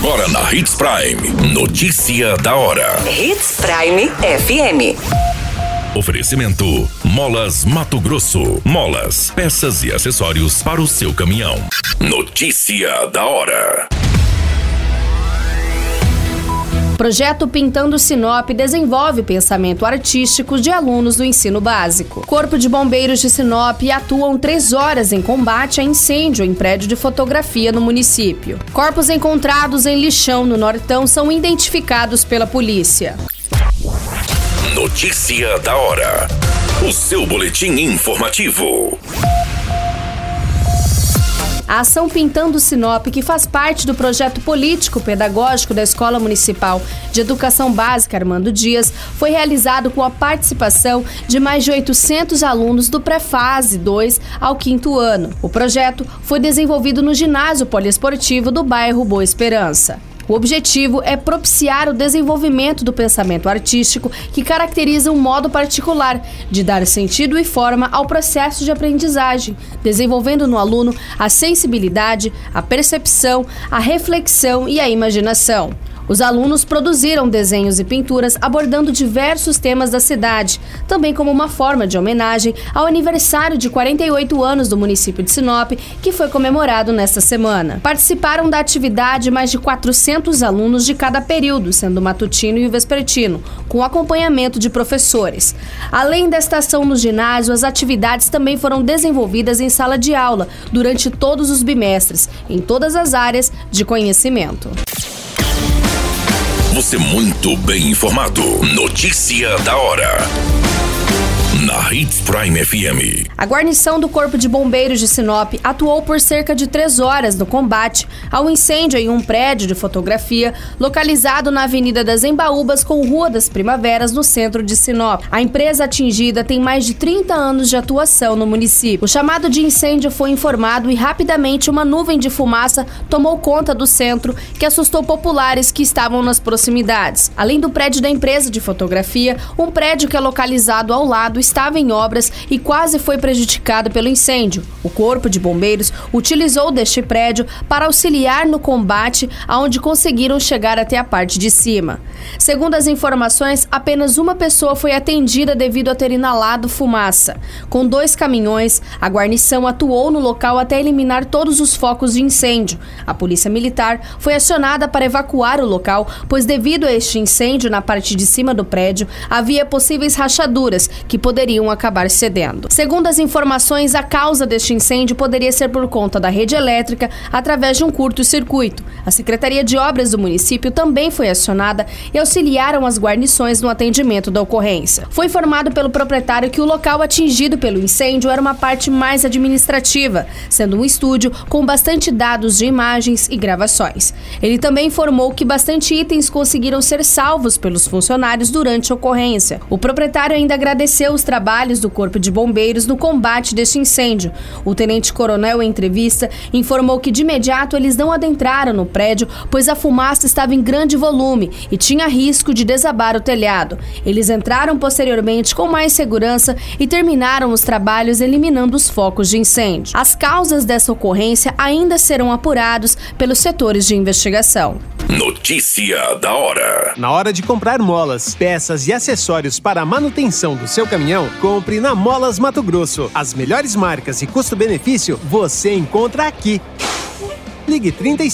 Agora na Hits Prime. Notícia da hora. Hits Prime FM. Oferecimento: Molas Mato Grosso. Molas, peças e acessórios para o seu caminhão. Notícia da hora. Projeto Pintando Sinop desenvolve pensamento artístico de alunos do ensino básico. Corpo de Bombeiros de Sinop atuam 3 horas em combate a incêndio em prédio de fotografia no município. Corpos encontrados em lixão no Nortão são identificados pela polícia. Notícia da hora. O seu boletim informativo. A ação Pintando Sinop, que faz parte do projeto político-pedagógico da Escola Municipal de Educação Básica Armando Dias, foi realizado com a participação de mais de 800 alunos do pré-fase 2 ao 5º ano. O projeto foi desenvolvido no ginásio poliesportivo do bairro Boa Esperança. O objetivo é propiciar o desenvolvimento do pensamento artístico que caracteriza um modo particular de dar sentido e forma ao processo de aprendizagem, desenvolvendo no aluno a sensibilidade, a percepção, a reflexão e a imaginação. Os alunos produziram desenhos e pinturas abordando diversos temas da cidade, também como uma forma de homenagem ao aniversário de 48 anos do município de Sinop, que foi comemorado nesta semana. Participaram da atividade mais de 400 alunos de cada período, sendo o matutino e o vespertino, com acompanhamento de professores. Além desta ação no ginásio, as atividades também foram desenvolvidas em sala de aula durante todos os bimestres, em todas as áreas de conhecimento. Você muito bem informado. Notícia da hora. Na Hits Prime FM. A guarnição do Corpo de Bombeiros de Sinop atuou por cerca de 3 horas no combate ao incêndio em um prédio de fotografia localizado na Avenida das Embaúbas com Rua das Primaveras, no centro de Sinop. A empresa atingida tem mais de 30 anos de atuação no município. O chamado de incêndio foi informado e rapidamente uma nuvem de fumaça tomou conta do centro, que assustou populares que estavam nas proximidades. Além do prédio da empresa de fotografia, um prédio que é localizado ao lado estava em obras e quase foi prejudicado pelo incêndio. O Corpo de Bombeiros utilizou deste prédio para auxiliar no combate, aonde conseguiram chegar até a parte de cima. Segundo as informações, apenas uma pessoa foi atendida devido a ter inalado fumaça. Com 2 caminhões, a guarnição atuou no local até eliminar todos os focos de incêndio. A Polícia Militar foi acionada para evacuar o local, pois devido a este incêndio na parte de cima do prédio, havia possíveis rachaduras que poderiam acabar cedendo. Segundo as informações, a causa deste incêndio poderia ser por conta da rede elétrica através de um curto-circuito. A Secretaria de Obras do município também foi acionada e auxiliaram as guarnições no atendimento da ocorrência. Foi informado pelo proprietário que o local atingido pelo incêndio era uma parte mais administrativa, sendo um estúdio com bastante dados de imagens e gravações. Ele também informou que bastante itens conseguiram ser salvos pelos funcionários durante a ocorrência. O proprietário ainda agradeceu os trabalhos do Corpo de Bombeiros no combate deste incêndio. O tenente-coronel, em entrevista, informou que de imediato eles não adentraram no prédio, pois a fumaça estava em grande volume e tinha risco de desabar o telhado. Eles entraram posteriormente com mais segurança e terminaram os trabalhos eliminando os focos de incêndio. As causas dessa ocorrência ainda serão apurados pelos setores de investigação. Notícia da hora. Na hora de comprar molas, peças e acessórios para a manutenção do seu caminhão, compre na Molas Mato Grosso. As melhores marcas e custo-benefício você encontra aqui. Ligue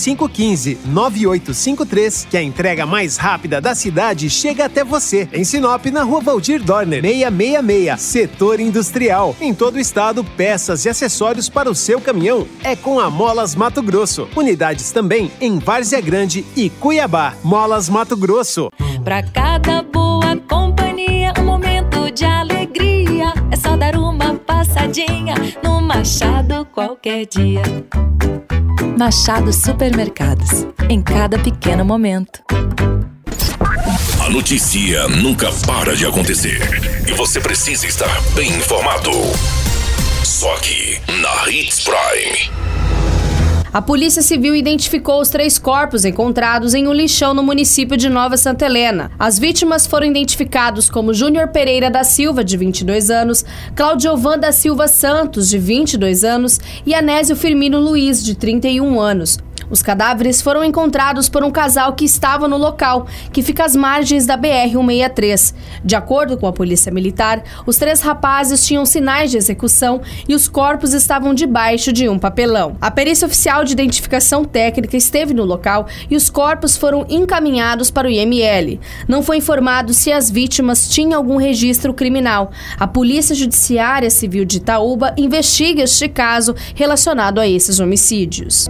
3515-9853, que a entrega mais rápida da cidade chega até você. Em Sinop, na Rua Valdir Dorner, 666, Setor Industrial. Em todo o estado, peças e acessórios para o seu caminhão é com a Molas Mato Grosso. Unidades também em Várzea Grande e Cuiabá. Molas Mato Grosso. Pra cada boa companhia, um momento de alegria. É só dar uma passadinha no Machado qualquer dia. Machado Supermercados. Em cada pequeno momento. A notícia nunca para de acontecer. E você precisa estar bem informado. Só aqui, na Hits Prime. A Polícia Civil identificou os 3 corpos encontrados em um lixão no município de Nova Santa Helena. As vítimas foram identificados como Júnior Pereira da Silva, de 22 anos, Claudiovan da Silva Santos, de 22 anos, e Anésio Firmino Luiz, de 31 anos. Os cadáveres foram encontrados por um casal que estava no local, que fica às margens da BR-163. De acordo com a Polícia Militar, os 3 rapazes tinham sinais de execução e os corpos estavam debaixo de um papelão. A perícia oficial de identificação técnica esteve no local e os corpos foram encaminhados para o IML. Não foi informado se as vítimas tinham algum registro criminal. A Polícia Judiciária Civil de Itaúba investiga este caso relacionado a esses homicídios.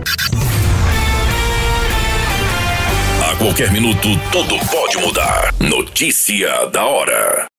A qualquer minuto, tudo pode mudar. Notícia da hora.